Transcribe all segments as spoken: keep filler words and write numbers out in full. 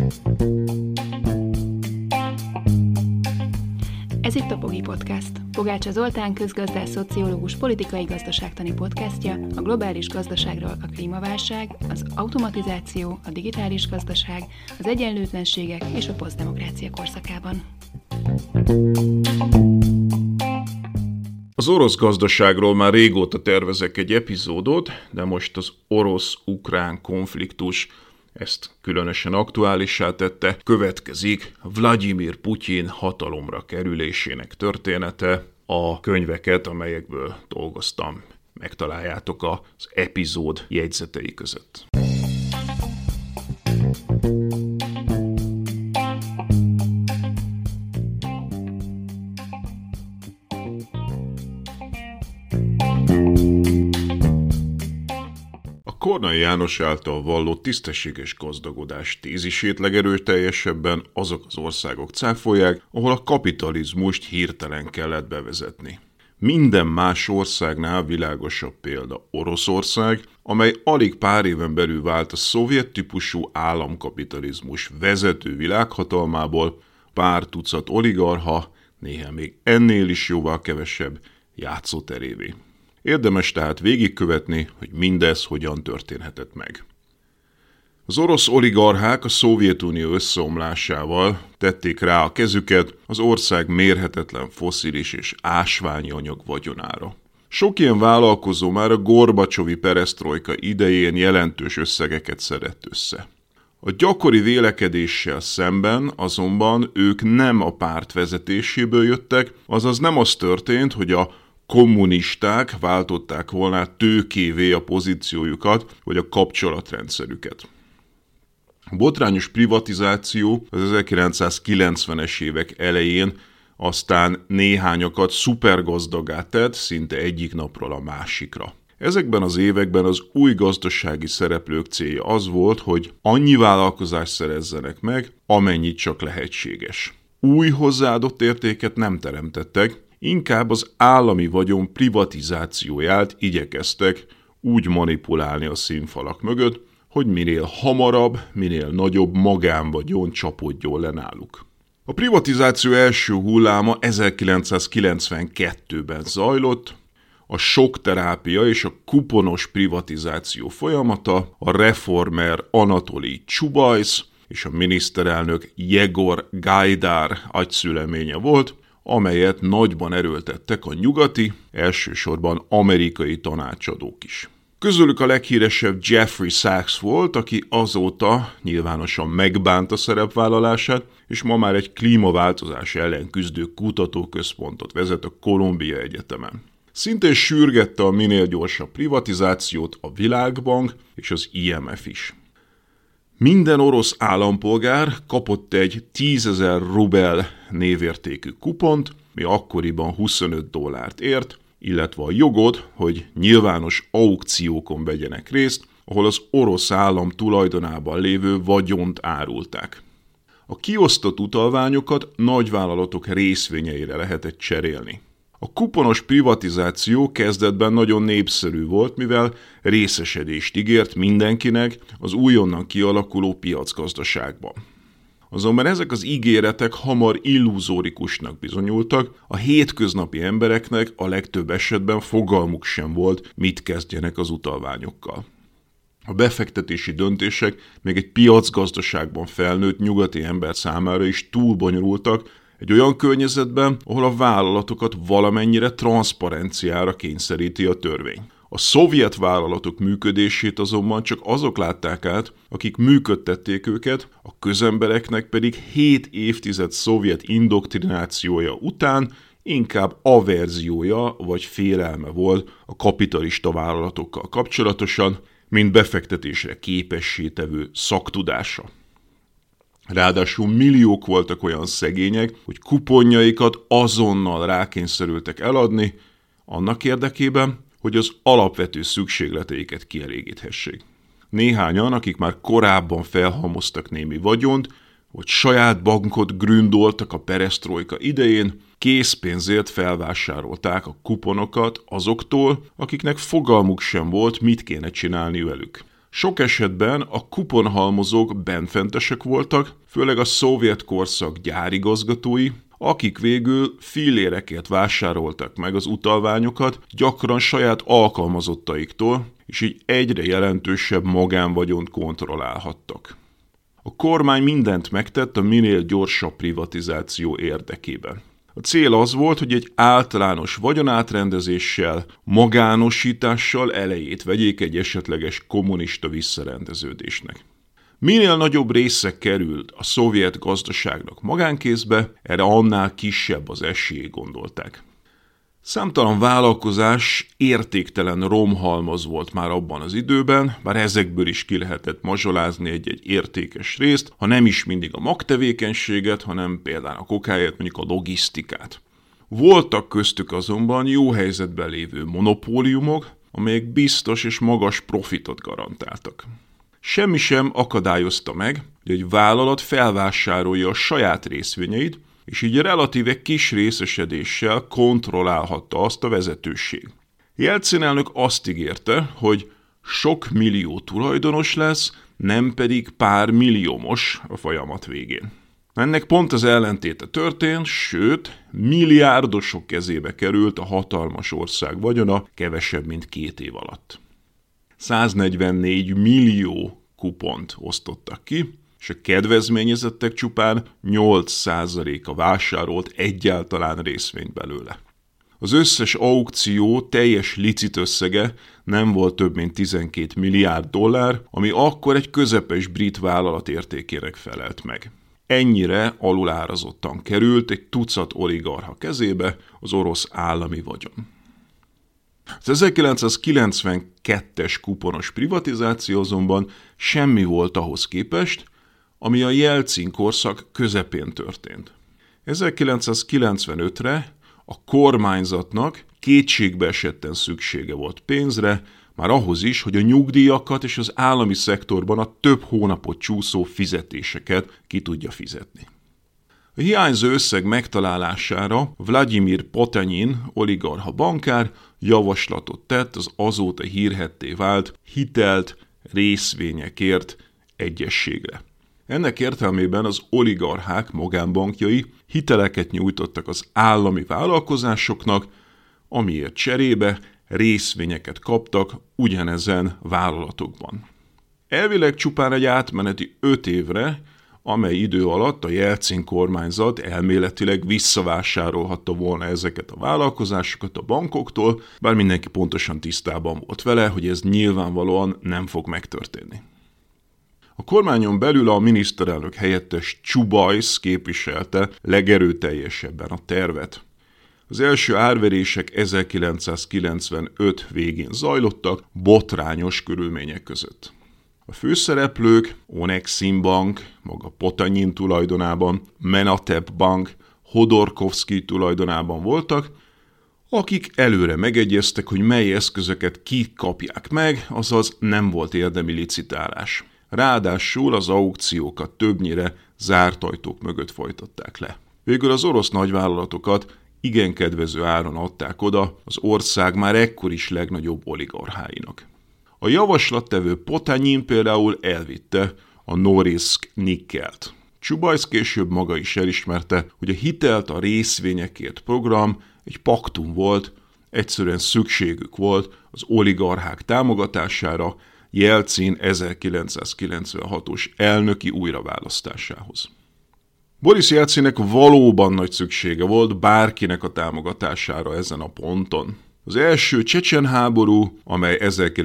Ez itt a Pogi Podcast. Pogácsa Zoltán közgazdász, szociológus, politikai gazdaságtani podcastja a globális gazdaságról, a klímaválság, az automatizáció, a digitális gazdaság, az egyenlőtlenségek és a posztdemokrácia korszakában. Az orosz gazdaságról már régóta tervezek egy epizódot, de most az orosz-ukrán konfliktus ezt különösen aktuálissá tette. Következik Vladimir Putyin hatalomra kerülésének története. A könyveket, amelyekből dolgoztam, megtaláljátok az epizód jegyzetei között. Kornai János által vallott tisztességes gazdagodás tézisét legerőteljesebben azok az országok cáfolják, ahol a kapitalizmust hirtelen kellett bevezetni. Minden más országnál világosabb példa Oroszország, amely alig pár éven belül vált a szovjet típusú államkapitalizmus vezető világhatalmából, pár tucat oligarcha, néha még ennél is jóval kevesebb játszóterévé. Érdemes tehát végigkövetni, hogy mindez hogyan történhetett meg. Az orosz oligarchák a Szovjetunió összeomlásával tették rá a kezüket az ország mérhetetlen fosszilis és ásványi anyag vagyonára. Sok ilyen vállalkozó már a gorbacsovi peresztrojka idején jelentős összegeket szedett össze. A gyakori vélekedéssel szemben azonban ők nem a párt vezetéséből jöttek, azaz nem az történt, hogy a kommunisták váltották volna tőkévé a pozíciójukat, vagy a kapcsolatrendszerüket. A botrányos privatizáció az ezerkilencszázkilencvenes évek elején aztán néhányakat szupergazdagá tett, szinte egyik napról a másikra. Ezekben az években az új gazdasági szereplők célja az volt, hogy annyi vállalkozást szerezzenek meg, amennyit csak lehetséges. Új hozzáadott értéket nem teremtettek, inkább az állami vagyon privatizációját igyekeztek úgy manipulálni a színfalak mögött, hogy minél hamarabb, minél nagyobb magánvagyon csapódjon le náluk. A privatizáció első hulláma ezerkilencszázkilencvenkettőben zajlott, a sokterápia és a kuponos privatizáció folyamata a reformer Anatolij Csubajsz és a miniszterelnök Jegor Gajdar agyszüleménye volt, amelyet nagyban erőltettek a nyugati, elsősorban amerikai tanácsadók is. Közülük a leghíresebb Jeffrey Sachs volt, aki azóta nyilvánosan megbánta szerepvállalását, és ma már egy klímaváltozás ellen küzdő kutatóközpontot vezet a Columbia Egyetemen. Szintén sürgette a minél gyorsabb privatizációt a Világbank és az I M F is. Minden orosz állampolgár kapott egy tízezer rubel névértékű kupont, mi akkoriban huszonöt dollárt ért, illetve a jogot, hogy nyilvános aukciókon vegyenek részt, ahol az orosz állam tulajdonában lévő vagyont árulták. A kiosztott utalványokat nagyvállalatok részvényeire lehetett cserélni. A kuponos privatizáció kezdetben nagyon népszerű volt, mivel részesedést ígért mindenkinek az újonnan kialakuló piacgazdaságban. Azonban ezek az ígéretek hamar illuzórikusnak bizonyultak, a hétköznapi embereknek a legtöbb esetben fogalmuk sem volt, mit kezdjenek az utalványokkal. A befektetési döntések még egy piacgazdaságban felnőtt nyugati ember számára is túl bonyolultak, egy olyan környezetben, ahol a vállalatokat valamennyire transzparenciára kényszeríti a törvény. A szovjet vállalatok működését azonban csak azok látták át, akik működtették őket, a közembereknek pedig hét évtized szovjet indoktrinációja után inkább averziója vagy félelme volt a kapitalista vállalatokkal kapcsolatosan, mint befektetésre képessé tevő szaktudása. Ráadásul milliók voltak olyan szegények, hogy kuponjaikat azonnal rákényszerültek eladni, annak érdekében, hogy az alapvető szükségleteiket kielégíthessék. Néhányan, akik már korábban felhalmoztak némi vagyont, vagy saját bankot gründoltak a peresztrojka idején, készpénzért felvásárolták a kuponokat azoktól, akiknek fogalmuk sem volt, mit kéne csinálni velük. Sok esetben a kuponhalmozók benfentesek voltak, főleg a szovjet korszak gyárigazgatói, akik végül fillérekért vásároltak meg az utalványokat, gyakran saját alkalmazottaiktól, és így egyre jelentősebb magánvagyont kontrollálhattak. A kormány mindent megtett a minél gyorsabb privatizáció érdekében. A cél az volt, hogy egy általános vagyonátrendezéssel, magánosítással elejét vegyék egy esetleges kommunista visszarendeződésnek. Minél nagyobb része került a szovjet gazdaságnak magánkézbe, erre annál kisebb az esély, gondolták. Számtalan vállalkozás értéktelen romhalmaz volt már abban az időben, bár ezekből is ki lehetett mazsolázni egy-egy értékes részt, ha nem is mindig a magtevékenységet, hanem például a kokáért mondjuk a logisztikát. Voltak köztük azonban jó helyzetben lévő monopóliumok, amelyek biztos és magas profitot garantáltak. Semmi sem akadályozta meg, hogy egy vállalat felvásárolja a saját részvényeit, és így relatíve kis részesedéssel kontrollálhatta azt a vezetőség. Jelcin elnök azt ígérte, hogy sok millió tulajdonos lesz, nem pedig pár milliómos a folyamat végén. Ennek pont az ellentéte történt, sőt, milliárdosok kezébe került a hatalmas ország vagyona kevesebb, mint két év alatt. száznegyvennégy millió kupont osztottak ki, és a kedvezményezettek csupán nyolc százaléka vásárolt egyáltalán részvényt belőle. Az összes aukció teljes licit összege nem volt több mint tizenkét milliárd dollár, ami akkor egy közepes brit vállalat értékének felelt meg. Ennyire alulárazottan került egy tucat oligarcha kezébe az orosz állami vagyon. Az ezerkilencszázkilencvenkettes kuponos privatizáció azonban semmi volt ahhoz képest, ami a Jelcin korszak közepén történt. ezerkilencszázkilencvenötre a kormányzatnak kétségbe esetten szüksége volt pénzre, már ahhoz is, hogy a nyugdíjakat és az állami szektorban a több hónapot csúszó fizetéseket ki tudja fizetni. A hiányzó összeg megtalálására Vladimir Potanyin, oligarcha bankár javaslatot tett az azóta hírhedté vált hitelt részvényekért egyességre. Ennek értelmében az oligarchák magánbankjai hiteleket nyújtottak az állami vállalkozásoknak, amiért cserébe részvényeket kaptak ugyanezen vállalatokban. Elvileg csupán egy átmeneti öt évre, amely idő alatt a Jelcin kormányzat elméletileg visszavásárolhatta volna ezeket a vállalkozásokat a bankoktól, bár mindenki pontosan tisztában volt vele, hogy ez nyilvánvalóan nem fog megtörténni. A kormányon belül a miniszterelnök helyettes Chubais képviselte legerőteljesebben a tervet. Az első árverések ezerkilencszázkilencvenöt végén zajlottak, botrányos körülmények között. A főszereplők Onexim Bank, maga Potanyin tulajdonában, Menatep Bank, Hodorkovszky tulajdonában voltak, akik előre megegyeztek, hogy mely eszközöket kik kapják meg, azaz nem volt érdemi licitálás. Ráadásul az aukciókat többnyire zárt ajtók mögött folytatták le. Végül az orosz nagyvállalatokat igen kedvező áron adták oda az ország már ekkor is legnagyobb oligarcháinak. A javaslattevő Potanyin például elvitte a Norilsk Nikkelt. Chubais később maga is elismerte, hogy a hitelt a részvényekért program egy paktum volt, egyszerűen szükségük volt az oligarchák támogatására Jelcin ezerkilencszázkilencvenhatos elnöki újraválasztásához. Boris Jelcinnek valóban nagy szüksége volt bárkinek a támogatására ezen a ponton. Az első csecsen háború, amely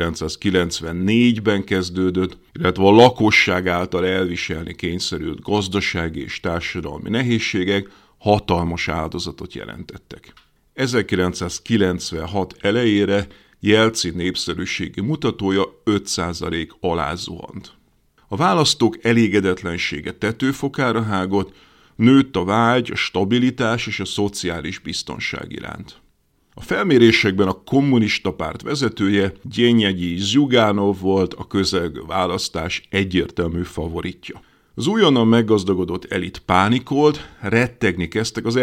ezerkilencszázkilencvennégyben kezdődött, illetve a lakosság által elviselni kényszerült gazdasági és társadalmi nehézségek hatalmas áldozatot jelentettek. ezerkilencszázkilencvenhat elejére Jelcin népszerűségi mutatója öt százalék alá zuhant. A választók elégedetlensége tetőfokára hágott, nőtt a vágy, a stabilitás és a szociális biztonság iránt. A felmérésekben a kommunista párt vezetője Gyenjegyi Zsugánov volt a közelgő választás egyértelmű favoritja. Az újonnan meggazdagodott elit pánikolt, rettegni kezdtek az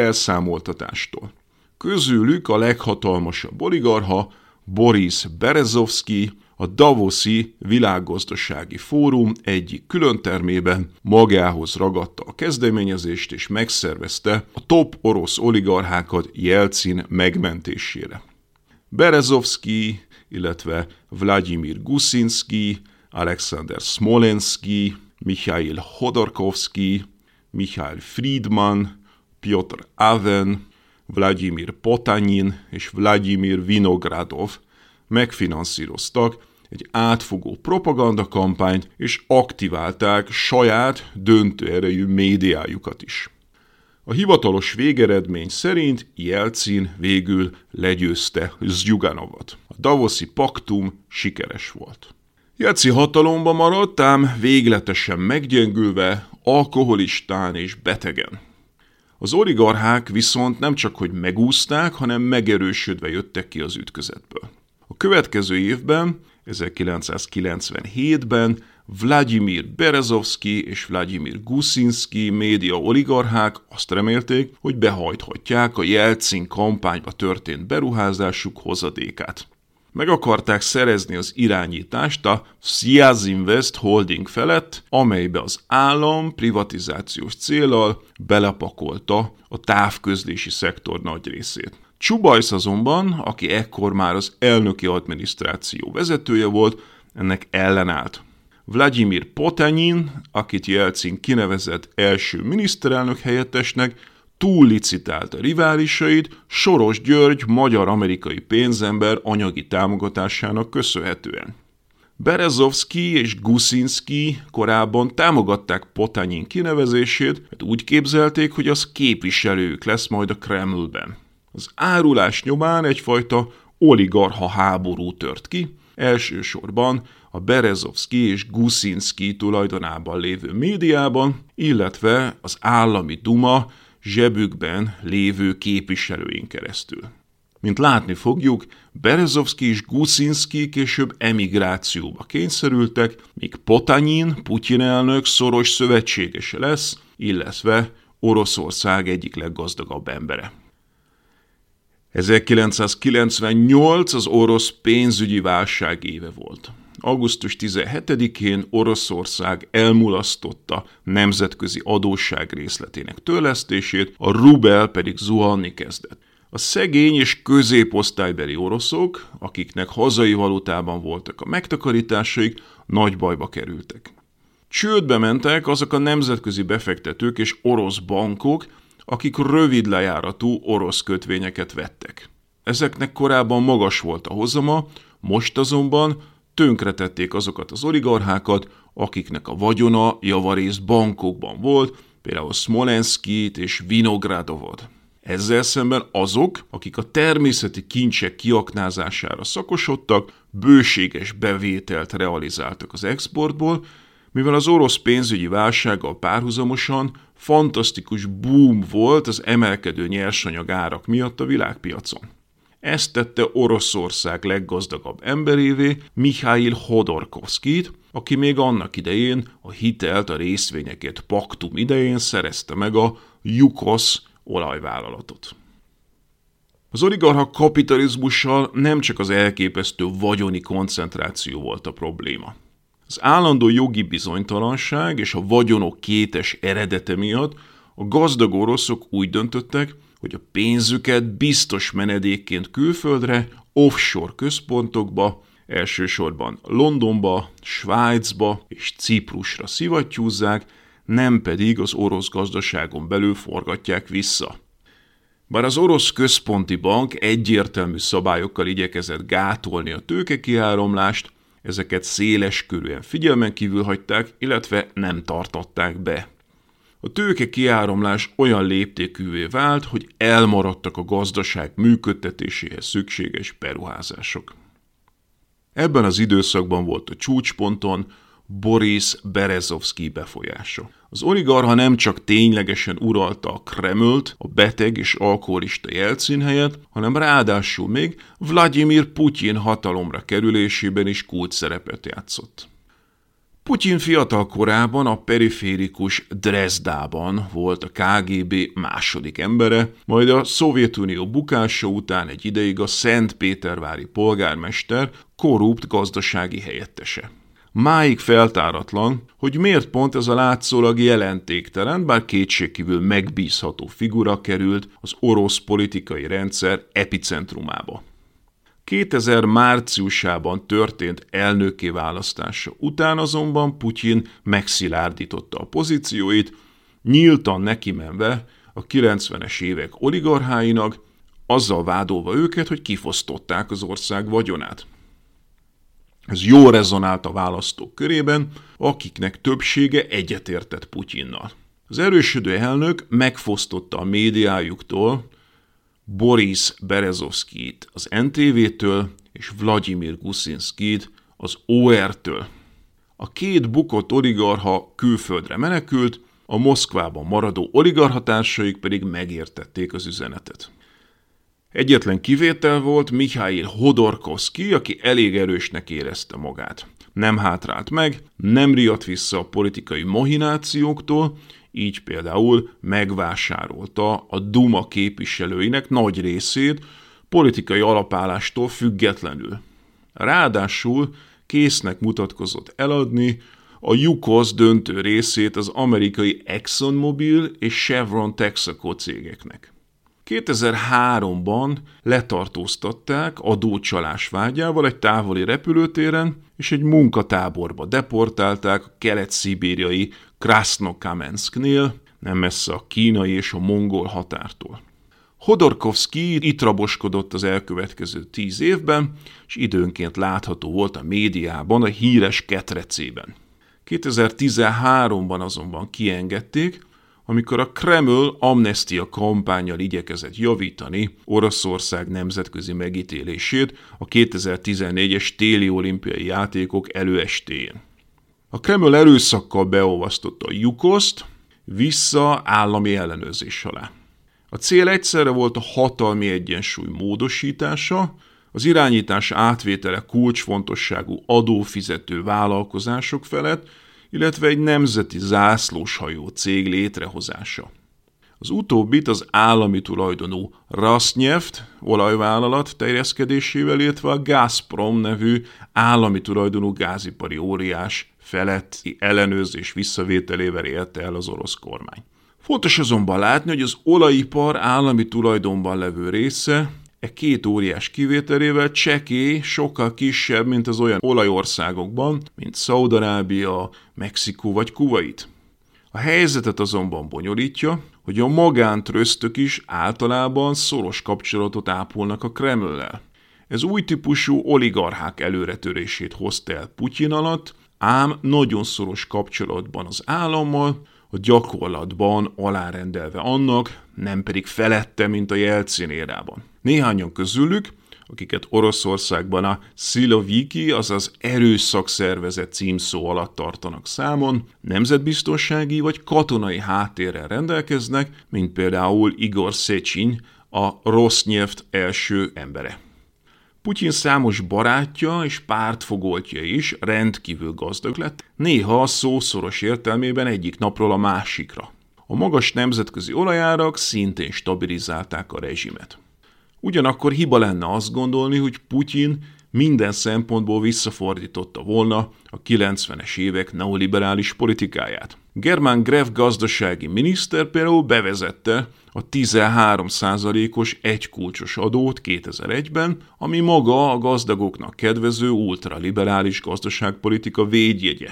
elszámoltatástól. Közülük a leghatalmasabb oligarcha, Boris Berezovszky, a Davoszi Világgazdasági Fórum egyik különtermében magához ragadta a kezdeményezést és megszervezte a top orosz oligarchákat Jelcin megmentésére. Berezovszkij, illetve Vladimir Gusinszkij, Alexander Smolenszkij, Michail Hodorkovszkij, Michail Friedman, Piotr Aven, Vladimir Potanyin és Vladimir Vinogradov megfinanszíroztak egy átfogó propagandakampányt, és aktiválták saját döntő erejű médiájukat is. A hivatalos végeredmény szerint Jelcin végül legyőzte Zsjuganovot. A davoszi paktum sikeres volt. Jelcin hatalomba maradt, ám végletesen meggyengülve, alkoholistán és betegen. Az oligarchák viszont nem csak hogy megúszták, hanem megerősödve jöttek ki az ütközetből. A következő évben, ezerkilencszázkilencvenhétben Vladimir Berezovszkij és Vladimir Gusinszkij média oligarchák azt remélték, hogy behajthatják a Jelcin kampányba történt beruházásuk hozadékát. Meg akarták szerezni az irányítást a Sziazinvest Holding felett, amelybe az állam privatizációs céllal belepakolta a távközlési szektor nagy részét. Csubajsz azonban, aki ekkor már az elnöki adminisztráció vezetője volt, ennek ellenállt. Vladimir Potanyin, akit Jelcin kinevezett első miniszterelnök helyettesnek, túllicitálta riválisait Soros György magyar-amerikai pénzember anyagi támogatásának köszönhetően. Berezovszkij és Gusinszkij korábban támogatták Potanyin kinevezését, mert úgy képzelték, hogy az képviselőjük lesz majd a Kremlben. Az árulás nyomán egyfajta oligarcha háború tört ki, elsősorban a Berezovszkij és Gusinszkij tulajdonában lévő médiában, illetve az állami duma zsebükben lévő képviselőin keresztül. Mint látni fogjuk, Berezovszkij és Gusinszkij később emigrációba kényszerültek, míg Potanyin, Putyin elnök szoros szövetségese lesz, illetve Oroszország egyik leggazdagabb embere. ezerkilencszázkilencvennyolc az orosz pénzügyi válság éve volt. augusztus tizenhetedikén Oroszország elmulasztotta nemzetközi adósság részletének törlesztését, a rubel pedig zuhanni kezdett. A szegény és középosztálybeli oroszok, akiknek hazai valutában voltak a megtakarításaik, nagy bajba kerültek. Csődbe mentek azok a nemzetközi befektetők és orosz bankok, akik rövid lejáratú orosz kötvényeket vettek. Ezeknek korábban magas volt a hozama, most azonban tönkretették azokat az oligarchákat, akiknek a vagyona javarészt bankokban volt, például Smolenszkijt és Vinogradovot. Ezzel szemben azok, akik a természeti kincsek kiaknázására szakosodtak, bőséges bevételt realizáltak az exportból, mivel az orosz pénzügyi válsággal párhuzamosan fantasztikus boom volt az emelkedő nyersanyag árak miatt a világpiacon. Ezt tette Oroszország leggazdagabb emberévé, Michail Hodorkovszkijt, aki még annak idején a hitelt a részvényekért paktum idején szerezte meg a Yukos olajvállalatot. Az oligarcha kapitalizmussal nem csak az elképesztő vagyoni koncentráció volt a probléma. Az állandó jogi bizonytalanság és a vagyonok kétes eredete miatt a gazdag oroszok úgy döntöttek, hogy a pénzüket biztos menedékként külföldre, offshore központokba, elsősorban Londonba, Svájcba és Ciprusra szivattyúzzák, nem pedig az orosz gazdaságon belül forgatják vissza. Bár az orosz központi bank egyértelmű szabályokkal igyekezett gátolni a tőkekiáramlást, ezeket széleskörűen figyelmen kívül hagyták, illetve nem tartották be. A tőke kiáramlás olyan léptékűvé vált, hogy elmaradtak a gazdaság működtetéséhez szükséges beruházások. Ebben az időszakban volt a csúcsponton Boris Berezovszkij befolyása. Az oligarcha nem csak ténylegesen uralta a Kremlt, a beteg és alkoholista Jelcin helyett, hanem ráadásul még Vladimir Putyin hatalomra kerülésében is kulcsszerepet játszott. Putyin fiatal korában a periférikus Drezdában volt a ká gé bé második embere, majd a Szovjetunió bukása után egy ideig a szentpétervári polgármester korrupt gazdasági helyettese. Máig feltáratlan, hogy miért pont ez a látszólag jelentéktelen, bár kétségkívül megbízható figura került az orosz politikai rendszer epicentrumába. kétezer márciusában történt elnökké választása után azonban Putyin megszilárdította a pozícióit, nyíltan nekimenve a kilencvenes évek oligarcháinak, azzal vádolva őket, hogy kifosztották az ország vagyonát. Ez jól rezonált a választók körében, akiknek többsége egyetértett Putyinnal. Az erősödő elnök megfosztotta a médiájuktól Boris Berezovszkijt az en té vé-től és Vladimir Guszinszkijt az o er-től. A két bukott oligarcha külföldre menekült, a Moszkvában maradó oligarchatársaik pedig megértették az üzenetet. Egyetlen kivétel volt Mihail Hodorkovszkij, aki elég erősnek érezte magát. Nem hátrált meg, nem riadt vissza a politikai mahinációktól, így például megvásárolta a Duma képviselőinek nagy részét politikai alapállástól függetlenül. Ráadásul késznek mutatkozott eladni a Yukos döntő részét az amerikai ExxonMobil és Chevron Texaco cégeknek. kétezer-háromban letartóztatták adócsalás vágyával egy távoli repülőtéren, és egy munkatáborba deportálták a kelet-szibériai Krasznokamenszknél, nem messze a kínai és a mongol határtól. Hodorkovszkij itt raboskodott az elkövetkező tíz évben, és időnként látható volt a médiában a híres ketrecében. kétezer-tizenháromban azonban kiengedték, amikor a Kreml amnestia kampánnyal igyekezett javítani Oroszország nemzetközi megítélését a kétezer-tizennégyes téli olimpiai játékok előestéjén. A Kreml erőszakkal beolvasztotta a Yukoszt vissza állami ellenőrzés alá. A cél egyszerre volt a hatalmi egyensúly módosítása, az irányítás átvétele kulcsfontosságú adófizető vállalkozások felett, illetve egy nemzeti zászlóshajó cég létrehozása. Az utóbbit az állami tulajdonú Rosneft olajvállalat terjeszkedésével, illetve a Gazprom nevű állami tulajdonú gázipari óriás feletti ellenőrzés visszavételével érte el az orosz kormány. Fontos azonban látni, hogy az olajipar állami tulajdonban levő része e két óriás kivételével csekély, sokkal kisebb, mint az olyan olajországokban, mint Szaúd-Arábia, Mexikó vagy Kuvait. A helyzetet azonban bonyolítja, hogy a magántrösztök is általában szoros kapcsolatot ápolnak a Kremllel. Ez új típusú oligarchák előretörését hozta el Putyin alatt, ám nagyon szoros kapcsolatban az állammal, a gyakorlatban alárendelve annak, nem pedig felette, mint a Jelcin érában. Néhányan közülük, akiket Oroszországban a Sziloviki, azaz erőszakszervezet címszó alatt tartanak számon, nemzetbiztonsági vagy katonai háttérrel rendelkeznek, mint például Igor Szecsin, a Rosneft első embere. Putyin számos barátja és pártfogoltja is rendkívül gazdag lett, néha a szó szoros értelmében egyik napról a másikra. A magas nemzetközi olajárak szintén stabilizálták a rezsimet. Ugyanakkor hiba lenne azt gondolni, hogy Putyin minden szempontból visszafordította volna a kilencvenes évek neoliberális politikáját. Germán Greff gazdasági miniszter például bevezette a tizenhárom százalékos egykulcsos adót kétezer-egyben, ami maga a gazdagoknak kedvező ultraliberális gazdaságpolitika védjegye.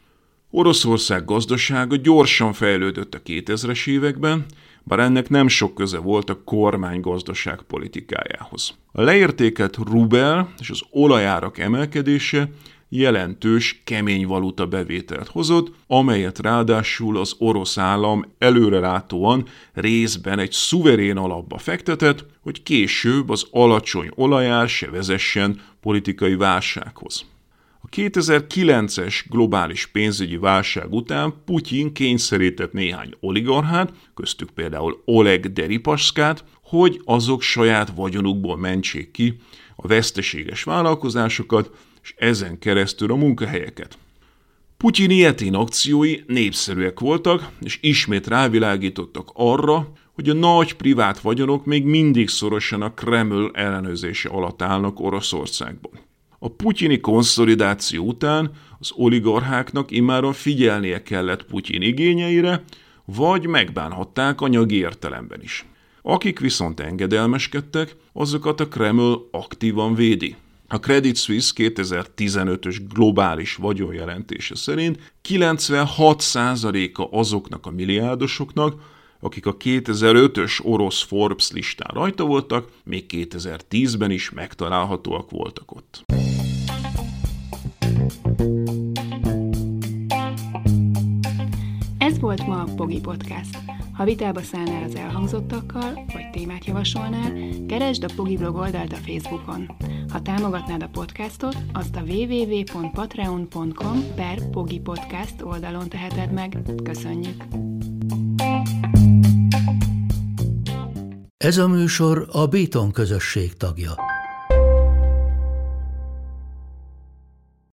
Oroszország gazdasága gyorsan fejlődött a kétezres években, bár ennek nem sok köze volt a kormány gazdaságpolitikájához. A leértékelt rubel és az olajárak emelkedése jelentős kemény valuta bevételt hozott, amelyet ráadásul az orosz állam előrelátóan részben egy szuverén alapba fektetett, hogy később az alacsony olajár se vezessen politikai válsághoz. A kétezer-kilences globális pénzügyi válság után Putyin kényszerített néhány oligarchát, köztük például Oleg Deripaskát, hogy azok saját vagyonukból mentsék ki a veszteséges vállalkozásokat, és ezen keresztül a munkahelyeket. Putyin ilyetén akciói népszerűek voltak, és ismét rávilágítottak arra, hogy a nagy privát vagyonok még mindig szorosan a Kreml ellenőrzése alatt állnak Oroszországban. A putyini konszolidáció után az oligarcháknak immáron figyelnie kellett Putyin igényeire, vagy megbánhatták anyagi értelemben is. Akik viszont engedelmeskedtek, azokat a Kreml aktívan védi. A Credit Suisse kétezer-tizenötös globális vagyonjelentése szerint kilencvenhat százaléka azoknak a milliárdosoknak, akik a kétezer-ötös orosz Forbes listán rajta voltak, még kétezer-tízben is megtalálhatóak voltak ott. Ez volt ma a Pogi Podcast. Ha vitába szállnál az elhangzottakkal, vagy témát javasolnál, keresd a Pogi blog oldalt a Facebookon. Ha támogatnád a podcastot, azt a double-u double-u double-u pont patreon pont com per Pogi Podcast oldalon teheted meg. Köszönjük! Ez a műsor a Béton közösség tagja.